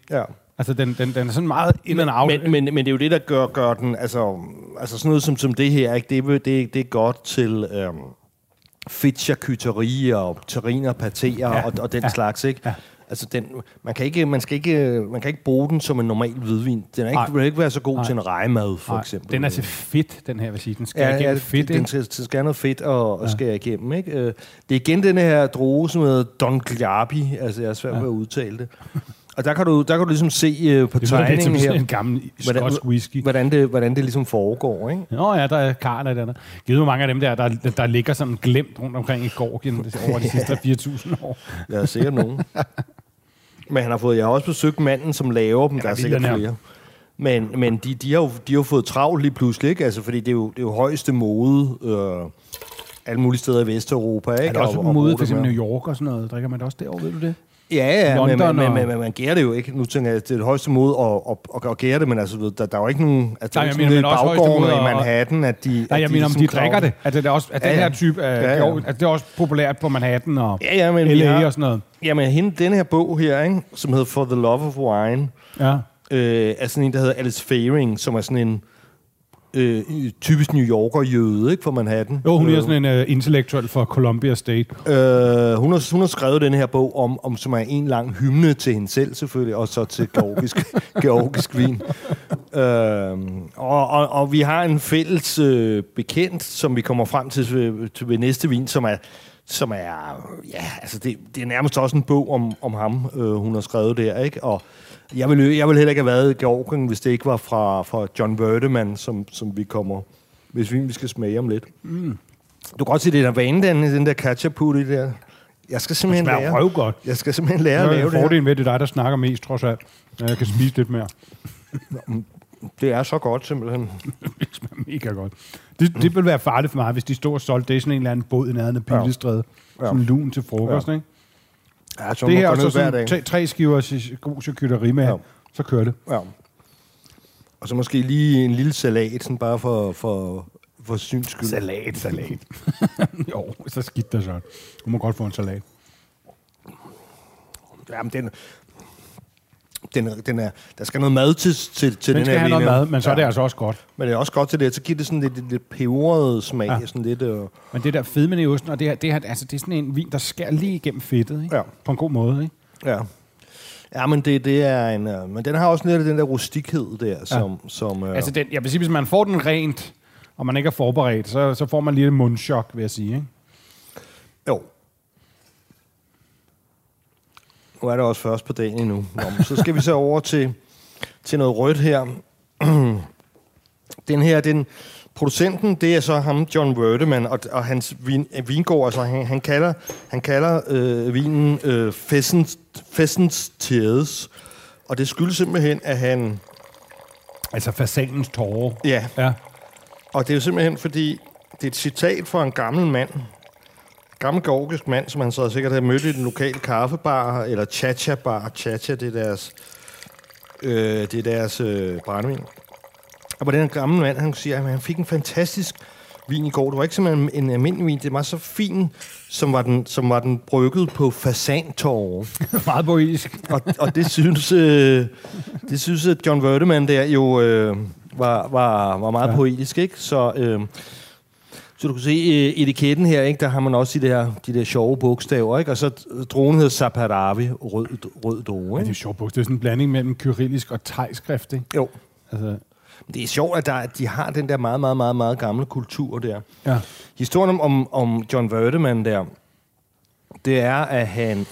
Altså, den er sådan meget in and out. Men det er jo det, der gør den... Altså sådan noget som det her, ikke? Det er godt til fedt charcuterie og terriner, patéer og den slags, ikke? Ja. Altså, man kan ikke bruge den som en normal hvidvin. Den vil ikke være så god til en rejemad, for eksempel. Den er til fedt, den her, vil sige. Den skal igennem fedt, den skal noget fedt og skære igennem, ikke? Det er igen den her droge, som hedder Don Glabi. Altså, jeg er svært ved at udtale det. Og der kan du ligesom se på tegningen her, en gammel skotsk whisky, hvordan det ligesom foregår, ikke? Nå ja, der er karler der. Givet hvor mange af dem der ligger sådan glemt rundt omkring i Georgien over de sidste 4.000 år. Der er sikkert nogen. Men jeg har også besøgt manden, som laver dem. Der er sikkert flere. Men de har jo fået travlt lige pludselig, ikke? Altså, fordi det er jo højeste mode alle mulige steder i Vesteuropa, ikke? Er det også mode for eksempel New York og sådan noget? Drikker man det også derovre, ved du det? Ja, men man gærer det jo ikke. Nu tænker jeg, at det er det højeste måde at gære det, men altså, der er jo ikke nogen... Altså, nej, jeg mener, men også højeste måde i Manhattan, at de... Nej, jeg mener, om de drikker det. At det er også, at den her type af... At det er også populært på Manhattan og LA og sådan noget. Jamen, den her bog her, ikke, som hedder For the Love of Wine, er sådan en, der hedder Alice Faring, som er sådan en... typisk New Yorker-jøde, ikke, for Manhattan. Jo, hun er sådan en intellektuel for Columbia State. Hun har skrevet den her bog om som er en lang hymne til hende selv, selvfølgelig, og så til georgisk vin. Og vi har en fælles bekendt, som vi kommer frem til ved næste vin, som er ja, altså det er nærmest også en bog om ham, hun har skrevet der, ikke? Og jeg vil heller ikke have været i Georgien, hvis det ikke var fra John Verdeman, som vi kommer, hvis vi skal smage om lidt. Mm. Du kan godt se, det der vanedannende, den der ketchup-putti der. Jeg skal simpelthen lære. Jeg skal simpelthen lære at lave det. Fordelen ved, det er dig, der snakker mest, trods alt. Jeg kan spise lidt mere. Det er så godt, simpelthen. Det smager mega godt. Det vil være farligt for mig, hvis de stod og solgte det i sådan en eller anden båd i nærheden af Pilestræde. Som lun til frokost, ikke? Ja, så det her er så sådan 3 skiver god charcuterie med, så kører det. Ja. Og så måske lige en lille salat, sådan bare for syns skyld. Salat. Jo, så skidt der så. Du må godt få en salat. Jamen, der skal noget mad til den her. Den skal have noget mad, men så er det altså også godt. Men det er også godt til det. Så giver det sådan lidt peberet smag. Ja. Sådan lidt, Men det der fedmen i osten, og det er sådan en vin, der skærer lige igennem fedtet, ikke? Ja. På en god måde, ikke? Ja. Ja, men det er en... men den har også lidt af den der rustikhed der, som altså, jeg vil sige, hvis man får den rent, og man ikke er forberedt, så får man lige et mundchok, vil jeg sige, ikke? Jo. Nu er det også først på dagen endnu. Så skal vi så over til noget rødt her. Producenten, det er så ham, John Verdeman, og hans vingård, altså han kalder vinen Pheasant's Tears, og det skyldes simpelthen, at han... Altså fasanens tårer. Ja. Og det er jo simpelthen, fordi det er et citat fra en gammel georgisk mand, som han så sikkert har mødt i den lokale kaffebar, eller Chacha-bar. Chacha, det er deres brændvin. Og på den gamle mand, han siger, at han fik en fantastisk vin i går. Det var ikke simpelthen en almindelig vin, det var så fin, som var den brygget på fasantårer. Meget poetisk. og det synes at John Verdeman der jo var meget poetisk, ikke? Så du kan se etiketten her, ikke? Der har man også de der sjove bogstaver, ikke? Og så dronen hedder Zaparavi, rød droge, ikke? Ja, det er sjovt bogstaver. Det er sådan en blanding mellem kyrillisk og thai-skrift, ikke? Jo. Altså. Det er sjovt, at de har den der meget, meget, meget, meget gamle kultur der. Ja. Historien om John Verdeman der, det er, at han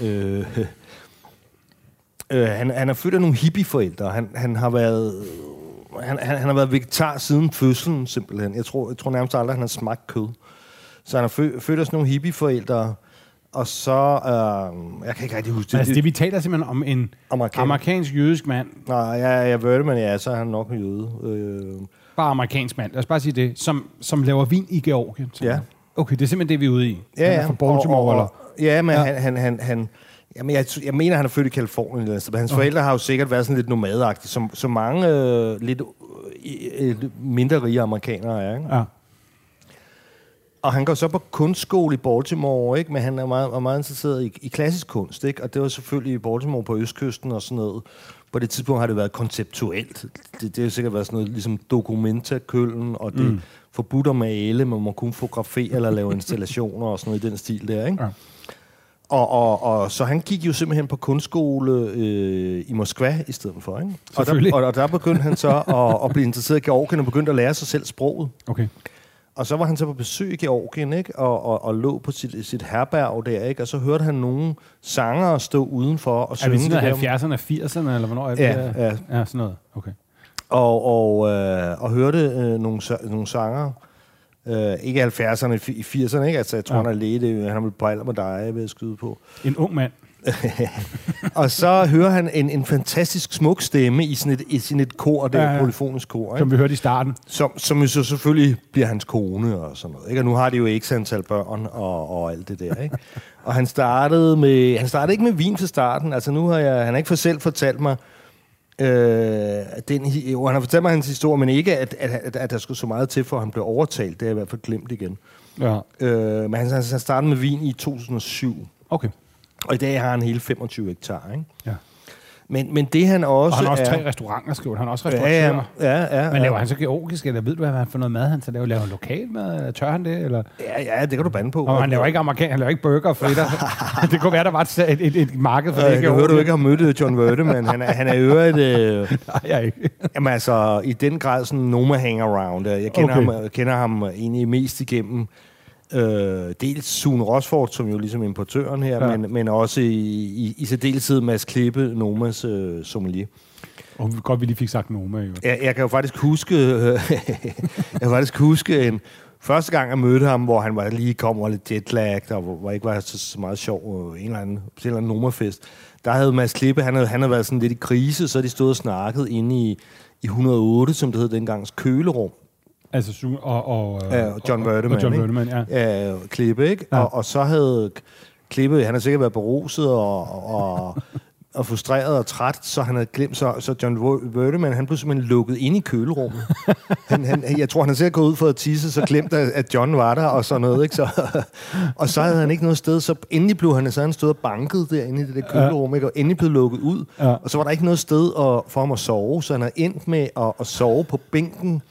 er født af nogle hippieforældre. Han har været vegetar siden fødslen, simpelthen. Jeg tror nærmest aldrig, han har smagt kød. Så han er født af sådan nogle hippieforældre, og så... jeg kan ikke rigtig huske det. Altså det, vi taler simpelthen om en amerikansk jødisk mand. Nej, jeg ved det, men så er han nok en jøde. Bare amerikansk mand. Lad os bare sige det. Som laver vin i Georgien. Ja. Okay, det er simpelthen det, vi er ude i. Ja, han er fra Baltimore, ja, men han jamen, jeg mener, han er født i Californien. Men hans forældre har jo sikkert været sådan lidt nomadagtige, som mange lidt mindre rige amerikanere er, ikke? Ja. Og han går så på kunstskole i Baltimore, ikke? Men han er meget interesseret i klassisk kunst, ikke? Og det var selvfølgelig i Baltimore på østkysten og sådan noget, på det tidspunkt har det været konceptuelt. Det har sikkert været sådan noget, ligesom Documenta-køllen, og det er forbudt at male, man må kun fotografere eller lave installationer og sådan noget i den stil der, ikke? Ja. Og så han gik jo simpelthen på kunstskole i Moskva i stedet for, ikke? Og der begyndte han så at blive interesseret i Georgien og begyndte at lære sig selv sproget. Okay. Og så var han så på besøg i Georgien, ikke? Og lå på sit herberg der, ikke? Og så hørte han nogle sangere stå udenfor og synge. Er det 70'erne, 80'erne, eller hvornår er det? Ja. Ja, sådan noget. Okay. Og hørte nogle sangere. Ikke 70'erne, i 80'erne, ikke? Altså, jeg tror, han har ledet, han har vel briller med dig, ved at skyde på. En ung mand. Og så hører han en fantastisk smuk stemme i sådan et kor, der polyfonisk kor, ikke? Som vi hørte i starten. Som jo så selvfølgelig bliver hans kone og sådan noget, ikke? Og nu har de jo ikke antal børn og alt det der, ikke? Og han startede ikke med vin til starten. Altså nu han har ikke for selv fortalt mig, han har fortalt mig hans historie, men ikke, at der skulle så meget til, for at han blev overtalt. Det er i hvert fald glemt igen. Ja. Men han startede med vin i 2007. Okay. Og i dag har han hele 25 hektar, ikke? Ja. Men det han også... Og han har også 3 restauranter, skriver han. Også restauratør. Ja. Men laver han så georgisk, eller ved du, hvad han for noget mad han så laver? Laver han lokalmad? Tør han det? Eller? Ja, det kan du bande på. Og han laver ikke amerikansk, han laver ikke burger og fritter. Det kunne være, der var et marked for det. Jeg hører, du ikke har mødt John Werdeman. Han er øvrigt... Nej, jeg ikke. Jamen altså, i den grad sådan Noma hangaround. Jeg kender ham egentlig mest igennem... dels Sune Rosford, som jo ligesom importøren her, men også i særdeleshed Mads Klippe, Nomas sommelier. Og godt, vi lige fik sagt Noma, jo. Jeg kan jo faktisk huske, en første gang, jeg mødte ham, hvor han var lige kom og lidt jetlagt, og hvor ikke var så meget sjov, en eller anden Noma-fest. Der havde Mads Klippe, han havde været sådan lidt i krise, så de stod og snakkede inde i 108, som det hed dengangs kølerum. Altså John Werdeman, ja. Klippe, ikke? Ja. Og så havde Klippe, han har sikkert været beruset og frustreret og træt, så han havde glemt, så John Werdeman, han blev simpelthen lukket ind i kølerummet. Jeg tror, han har sikkert gået ud for at tisse, så glemte, at John var der og sådan noget, ikke? Og så havde han ikke noget sted, så endelig blev han stået og banket derinde i det der kølerum, ikke? Og endelig blev lukket ud, og så var der ikke noget sted for ham at sove, så han havde endt med at sove på bænken,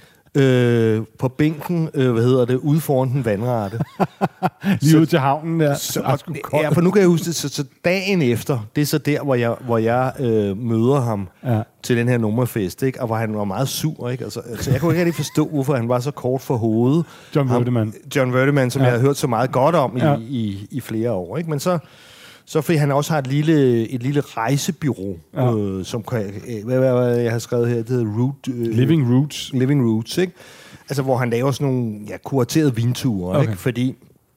ude foran den vandrette. Lige ud til havnen der. For nu kan jeg huske det, så dagen efter, det er så der, hvor jeg møder ham til den her nummerfest, ikke? Og hvor han var meget sur, ikke? Altså jeg kunne ikke rigtig forstå, hvorfor han var så kort for hovedet. John Werdeman, som jeg har hørt så meget godt om i flere år, ikke? Men så fordi han også har et lille rejsebureau, som hvad jeg har skrevet her, det hedder Living Roots, ikke? Altså, hvor han laver sådan nogle kuraterede vinture, ikke? Fordi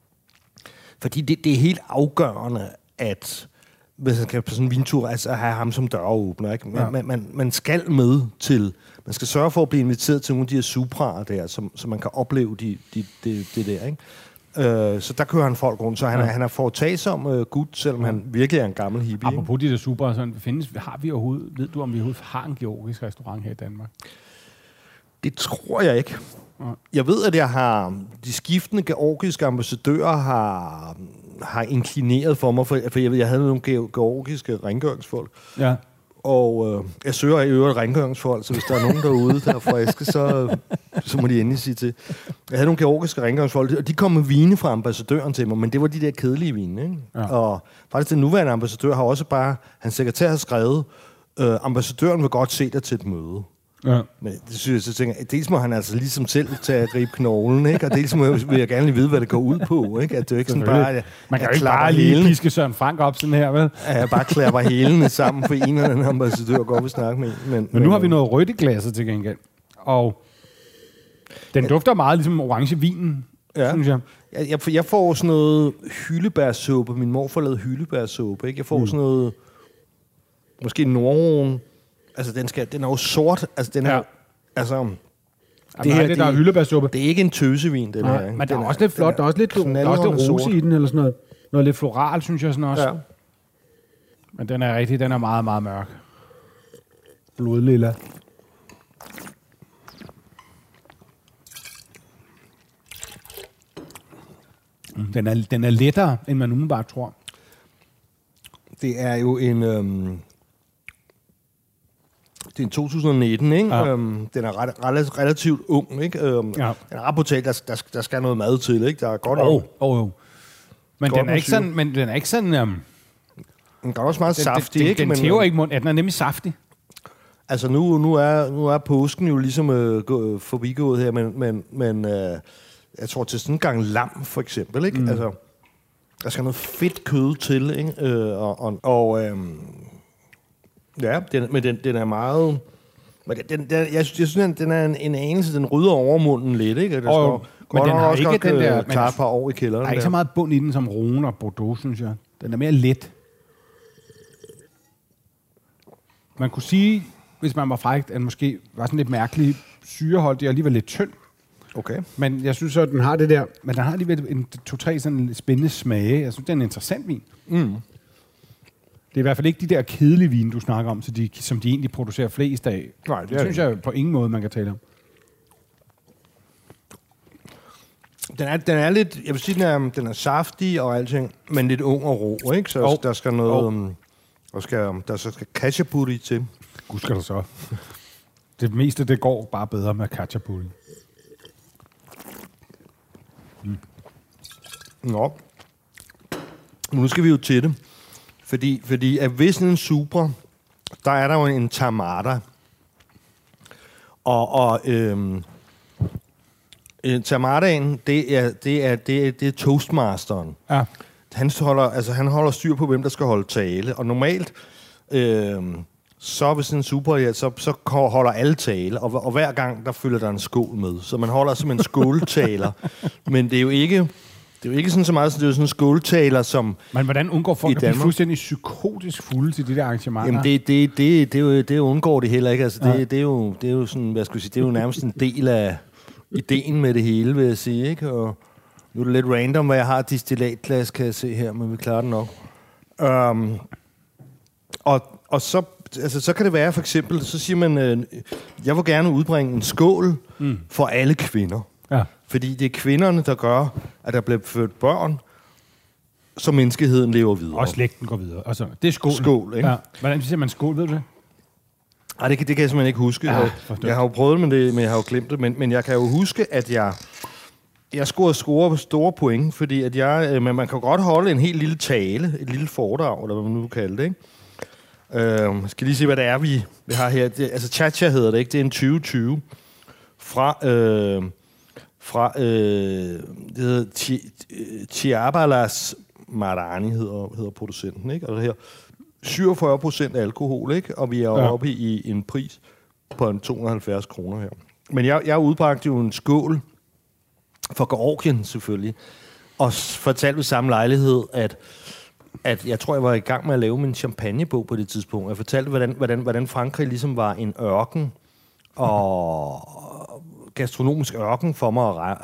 det er helt afgørende, at hvis man skal på sådan en vintur, altså at have ham som døråbner, ikke? Man skal med til, man skal sørge for at blive inviteret til nogle af de her supraer der, så man kan opleve det der, ikke? Så der kører han folk rundt, så han er foretagsom gut, selvom han virkelig er en gammel hippie. Apropos de der super, sådan har vi overhovedet, ved du om vi overhovedet har en georgisk restaurant her i Danmark? Det tror jeg ikke. Jeg ved, at de skiftende georgiske ambassadører har inklineret for mig, for jeg havde nogle georgiske rengøringsfolk. Ja. Og jeg søger i øvrigt rengøringsfolk, så hvis der er nogen derude, der er friske, så må de endelig sige til. Jeg havde nogle georgiske rengøringsfolk, og de kom med vine fra ambassadøren til mig, men det var de der kedelige vine, ikke? Ja. Og faktisk den nuværende ambassadør har også bare, hans sekretær har skrevet, ambassadøren vil godt se dig til et møde. Ja. Men det synes jeg, så tænker jeg, dels må han altså ligesom selv tage at gribe knoglen, ikke? Og dels vil jeg gerne lige vide, hvad det går ud på, ikke? At det er ikke sådan bare... Man kan jo ikke bare lige piske Søren Frank op sådan her, vel? Ja, jeg bare klapper hælene sammen, for en eller anden ambassadør godt vil snakke med. Men nu har vi noget rødt i glasset til gengæld. Og den dufter meget ligesom orange vinen, synes jeg. Jeg får sådan noget hyldebærsuppe. Min mor får lavet hyldebærsuppe, ikke? Jeg får sådan noget... Måske Nordrone. Altså, den er jo sort. Altså, den er... Altså... Det her, der er hyldebærsuppe. Det er ikke en tøsevin, den her. Men der er også lidt flot. Der er også lidt rose i den, eller sådan noget. Noget lidt floral, synes jeg sådan også. Ja. Men den er meget, meget mørk. Blodlilla. Den er lettere, end man umiddelbart tror. Det er jo Det er en 2019, ikke? Ja. Den er relativt ung, ikke? Den er ret brutal. Der skal noget mad til, ikke? Der er godt Men den er ikke sådan... Den er også meget saftig, ikke? Den tæver ikke munden. Den er nemlig saftig. Altså, nu er påsken jo ligesom forbigået her, men jeg tror til sådan en gang lam, for eksempel, ikke? Altså, der skal noget fedt kød til, ikke? Den er meget... Men jeg synes, den er en anelse, den rydder over munden lidt, ikke? Men den har også ikke den der... klart et par år i kælderen. Der er ikke så meget bund i den som Rhone og Bordeaux, synes jeg. Den er mere let. Man kunne sige, hvis man var fræk, at den måske var sådan lidt mærkelig syreholdig og alligevel lidt tynd. Okay. Men jeg synes at den har det der... Men den har alligevel 2-3 sådan spændende smage. Jeg synes, det er en interessant vin. Det er i hvert fald ikke de der kedelige vine, du snakker om, som de egentlig producerer flest af. Nej, det synes jeg på ingen måde, man kan tale om. Den er lidt... Jeg vil sige, den er saftig og alting, men lidt ung og ro, ikke? Så der skal noget... Der skal khachapuri til. Gud skal der så. Det meste, det går bare bedre med khachapuri. Nå. Nu skal vi jo til det. Fordi at hvis en Supra, der er der jo en Tamara. Tamaraen, det er toastmasteren. Ja. Han holder styr på, hvem der skal holde tale. Og normalt, så hvis en Supra, så holder alle tale. Og hver gang, der følger der en skål med. Så man holder som en skåltaler. Men det er jo ikke sådan så meget, så det er jo sådan en skåltaler, som... Men hvordan undgår folk at blive fuldstændig psykotisk fulde til de der arrangementer? Jamen, det undgår det heller ikke. Altså, det er jo sådan, hvad skal jeg sige, det er jo nærmest en del af ideen med det hele, vil jeg sige, ikke? Og nu er det lidt random, hvad jeg har distillatglas, kan jeg se her, men vi klarer den nok. Og så kan det være, for eksempel, så siger man, jeg vil gerne udbringe en skål for alle kvinder. Ja. Fordi det er kvinderne, der gør, at der bliver født børn, så menneskeheden lever videre. Og slægten går videre. Altså, det er skål. Skål, ikke? Ja. Hvordan siger man skål, ved du det? Ej, det kan jeg simpelthen ikke huske. Jeg har jo prøvet det, men jeg har jo glemt det. Men jeg kan jo huske, at jeg scorede store point, fordi at men man kan godt holde en helt lille tale, et lille foredrag, eller hvad man nu kalder det, ikke? Jeg skal lige se, hvad det er, vi har her. Altså, Chacha hedder det, ikke? Det er en 2020 fra det hedder Chiabalas Marani hedder producenten, ikke? Og det her 47% alkohol, ikke? Og vi er oppe i en pris på 270 kroner her. Men jeg udbragte jo en skål for Georgien selvfølgelig, og fortalte ved samme lejlighed, at jeg tror, jeg var i gang med at lave min champagnebog på det tidspunkt. Jeg fortalte, hvordan Frankrig ligesom var en ørken, og gastronomisk ørken for mig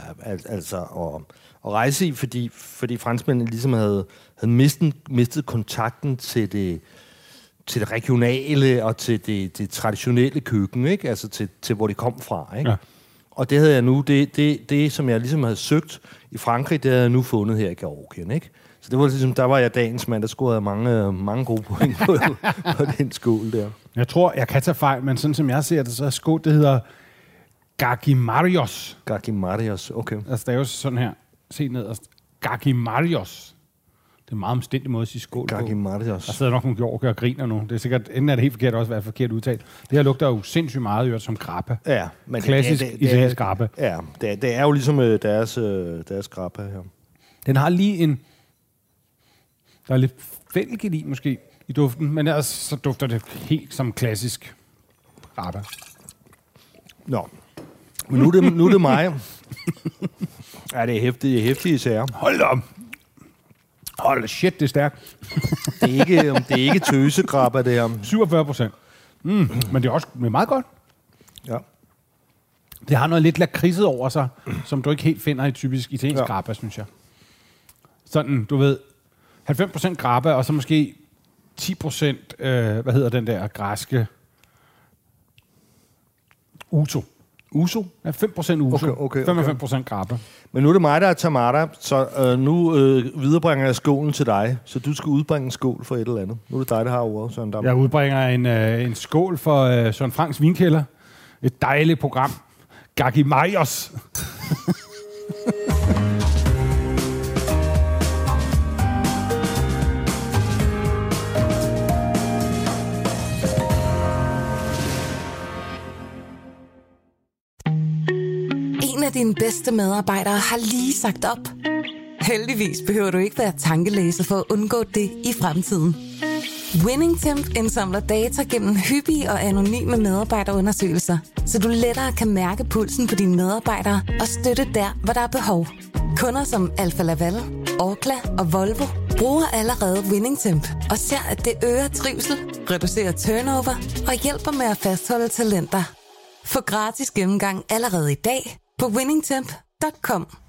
at rejse i, fordi franskmændene ligesom havde mistet kontakten til det regionale og til det traditionelle køkken, ikke? Altså til hvor de kom fra, ikke? Ja. Og det havde jeg nu, det som jeg ligesom havde søgt i Frankrig, det havde jeg nu fundet her i Georgien, ikke? Så det var ligesom, der var jeg dagens mand, der scorede mange gode point på den skål der. Jeg tror, jeg kan tage fejl, men sådan som jeg ser det, så er skål, det hedder Gagimarios. Gagimarios, okay. Der staves sådan her. Se nederst. Gagimarios. Det er en meget omstændig måde at sige skål på. Gagimarios. Der sidder nok nogle georgier og griner nu. Det er sikkert, enten er det helt forkert, også været forkert udtalt. Det her lugter jo sindssygt meget som grappa. Ja. Men klassisk italiensk grappa. Ja, det er jo ligesom deres grappa her. Den har lige der er lidt fælgel i måske i duften, men ellers så dufter det helt som klassisk grappa. Nå. Men nu er det mig. Ja, det er hæftige sager. Hold shit, det er stærkt. Det er ikke tøsegrappa, det her. 47%. Men det er også meget godt. Ja. Det har noget lidt lakridset over sig, som du ikke helt finder i typisk italiensk grappa, synes jeg. Sådan, du ved, 90% grappa, og så måske 10%, hvad hedder den der græske Uto. Uso? Ja, 5% uso, okay. 95% grappa. Men nu er det mig, der er tamata, så nu viderebringer jeg skålen til dig. Så du skal udbringe en skål for et eller andet. Nu er det dig, der har ordet, Søren Dam. Jeg udbringer en skål for Søren Franks Vinkælder. Et dejligt program. Gaki Majos. En af dine bedste medarbejdere har lige sagt op. Heldigvis behøver du ikke være tankelæser for at undgå det i fremtiden. WinningTemp indsamler data gennem hyppige og anonyme medarbejderundersøgelser, så du lettere kan mærke pulsen på dine medarbejdere og støtte der, hvor der er behov. Kunder som Alfa Laval, Orkla og Volvo bruger allerede WinningTemp og ser, at det øger trivsel, reducerer turnover og hjælper med at fastholde talenter. Få gratis gennemgang allerede i dag på winningtemp.com.